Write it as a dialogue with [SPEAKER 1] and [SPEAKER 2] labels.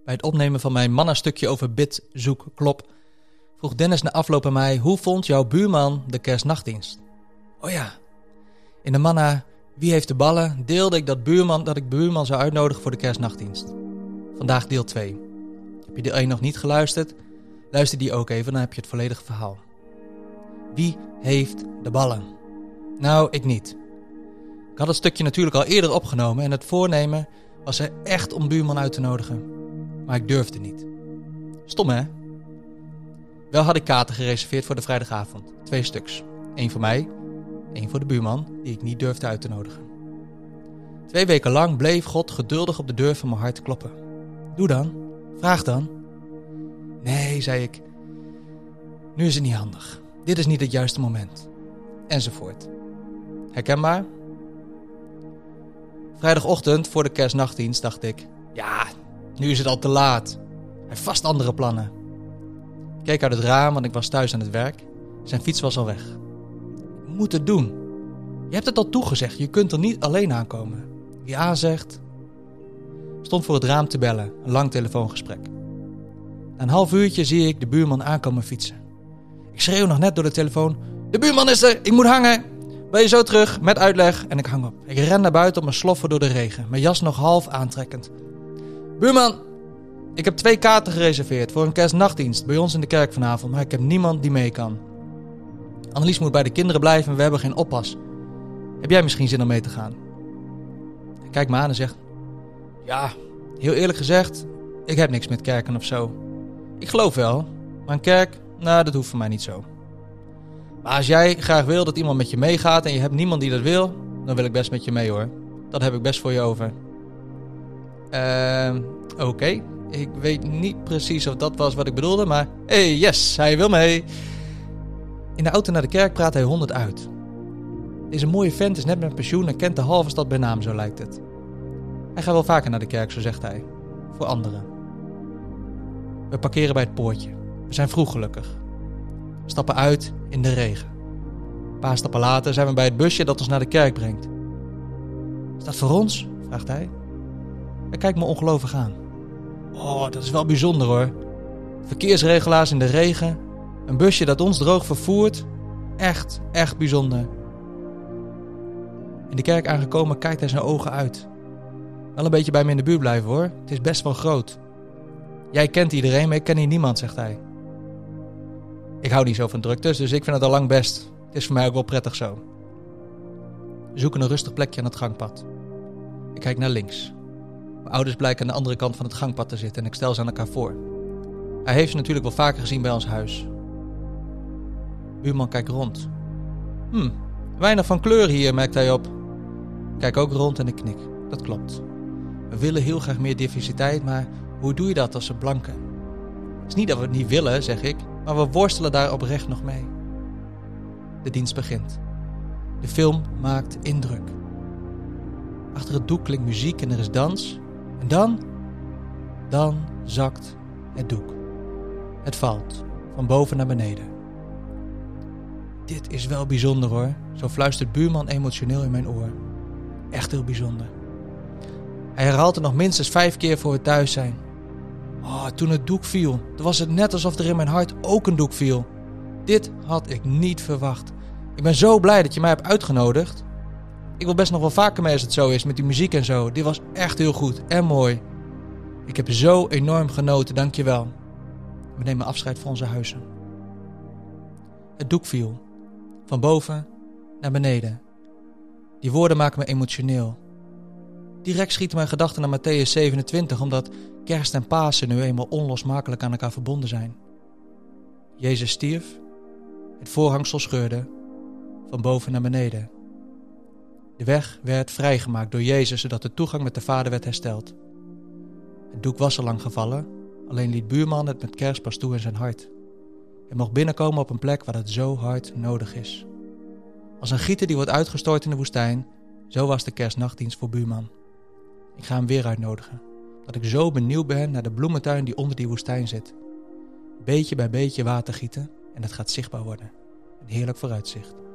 [SPEAKER 1] Bij het opnemen van mijn mannastukje over bid, zoek, klop, vroeg Dennis na afloop aan mij: hoe vond jouw buurman de kerstnachtdienst? Oh ja, in de manna Wie heeft de ballen deelde ik dat ik buurman zou uitnodigen voor de kerstnachtdienst. Vandaag deel 2. Heb je deel 1 nog niet geluisterd? Luister die ook even, dan heb je het volledige verhaal. Wie heeft de ballen? Nou, ik niet. Ik had het stukje natuurlijk al eerder opgenomen en het voornemen was er echt om buurman uit te nodigen. Maar ik durfde niet. Stom, hè? Wel had ik kaarten gereserveerd voor de vrijdagavond. 2 stuks. 1 voor mij, 1 voor de buurman, die ik niet durfde uit te nodigen. 2 weken lang bleef God geduldig op de deur van mijn hart kloppen. Doe dan. Vraag dan. Nee, zei ik. Nu is het niet handig. Dit is niet het juiste moment. Enzovoort. Herkenbaar? Vrijdagochtend voor de kerstnachtdienst dacht ik: ja, nu is het al te laat. Hij heeft vast andere plannen. Ik keek uit het raam, want ik was thuis aan het werk. Zijn fiets was al weg. Ik moet het doen. Je hebt het al toegezegd, je kunt er niet alleen aankomen. Wie A zegt... Stond voor het raam te bellen, een lang telefoongesprek. Na een half uurtje zie ik de buurman aankomen fietsen. Ik schreeuw nog net door de telefoon: de buurman is er, ik moet hangen. Ben je zo terug, met uitleg, en ik hang op. Ik ren naar buiten op mijn sloffen door de regen, mijn jas nog half aantrekkend. Buurman, ik heb 2 kaarten gereserveerd voor een kerstnachtdienst bij ons in de kerk vanavond, maar ik heb niemand die mee kan. Annelies moet bij de kinderen blijven en we hebben geen oppas. Heb jij misschien zin om mee te gaan? Hij kijkt me aan en zegt: ja, heel eerlijk gezegd, ik heb niks met kerken of zo. Ik geloof wel, maar een kerk, nou, dat hoeft voor mij niet zo. Maar als jij graag wil dat iemand met je meegaat en je hebt niemand die dat wil, dan wil ik best met je mee, hoor. Dat heb ik best voor je over. Oké. Ik weet niet precies of dat was wat ik bedoelde, maar hey, yes, hij wil mee. In de auto naar de kerk praat hij 100 uit. Deze mooie vent is net met pensioen en kent de halve stad bij naam, zo lijkt het. Hij gaat wel vaker naar de kerk, zo zegt hij. Voor anderen. We parkeren bij het poortje. We zijn vroeg gelukkig. We stappen uit in de regen. Een paar stappen later zijn we bij het busje dat ons naar de kerk brengt. Is dat voor ons? Vraagt hij. Hij kijkt me ongelovig aan. Oh, dat is wel bijzonder, hoor. Verkeersregelaars in de regen. Een busje dat ons droog vervoert. Echt bijzonder. In de kerk aangekomen kijkt hij zijn ogen uit. Wel een beetje bij me in de buurt blijven, hoor. Het is best wel groot. Jij kent iedereen, maar ik ken hier niemand, zegt hij. Ik hou niet zo van druktes, dus ik vind het al lang best. Het is voor mij ook wel prettig zo. We zoeken een rustig plekje aan het gangpad. Ik kijk naar links. Mijn ouders blijken aan de andere kant van het gangpad te zitten en ik stel ze aan elkaar voor. Hij heeft ze natuurlijk wel vaker gezien bij ons huis. Buurman kijkt rond. Weinig van kleur hier, merkt hij op. Ik kijk ook rond en ik knik. Dat klopt. We willen heel graag meer diversiteit, maar hoe doe je dat als ze blanken? Het is niet dat we het niet willen, zeg ik, maar we worstelen daar oprecht nog mee. De dienst begint. De film maakt indruk. Achter het doek klinkt muziek en er is dans. En dan zakt het doek. Het valt van boven naar beneden. Dit is wel bijzonder, hoor. Zo fluistert buurman emotioneel in mijn oor. Echt heel bijzonder. Hij herhaalt het nog minstens 5 keer voor we thuis zijn. Oh, toen het doek viel, toen was het net alsof er in mijn hart ook een doek viel. Dit had ik niet verwacht. Ik ben zo blij dat je mij hebt uitgenodigd. Ik wil best nog wel vaker mee als het zo is, met die muziek en zo. Dit was echt heel goed en mooi. Ik heb zo enorm genoten, dankjewel. We nemen afscheid van onze huizen. Het doek viel. Van boven naar beneden. Die woorden maken me emotioneel. Direct schieten mijn gedachten naar Mattheüs 27, omdat kerst en Pasen nu eenmaal onlosmakelijk aan elkaar verbonden zijn. Jezus stierf, het voorhangsel scheurde, van boven naar beneden. De weg werd vrijgemaakt door Jezus, zodat de toegang met de Vader werd hersteld. Het doek was al lang gevallen, alleen liet buurman het met kerst pas toe in zijn hart. Hij mocht binnenkomen op een plek waar het zo hard nodig is. Als een gieter die wordt uitgestort in de woestijn, zo was de kerstnachtdienst voor buurman. Ik ga hem weer uitnodigen, dat ik zo benieuwd ben naar de bloementuin die onder die woestijn zit. Beetje bij beetje water gieten en het gaat zichtbaar worden. Een heerlijk vooruitzicht.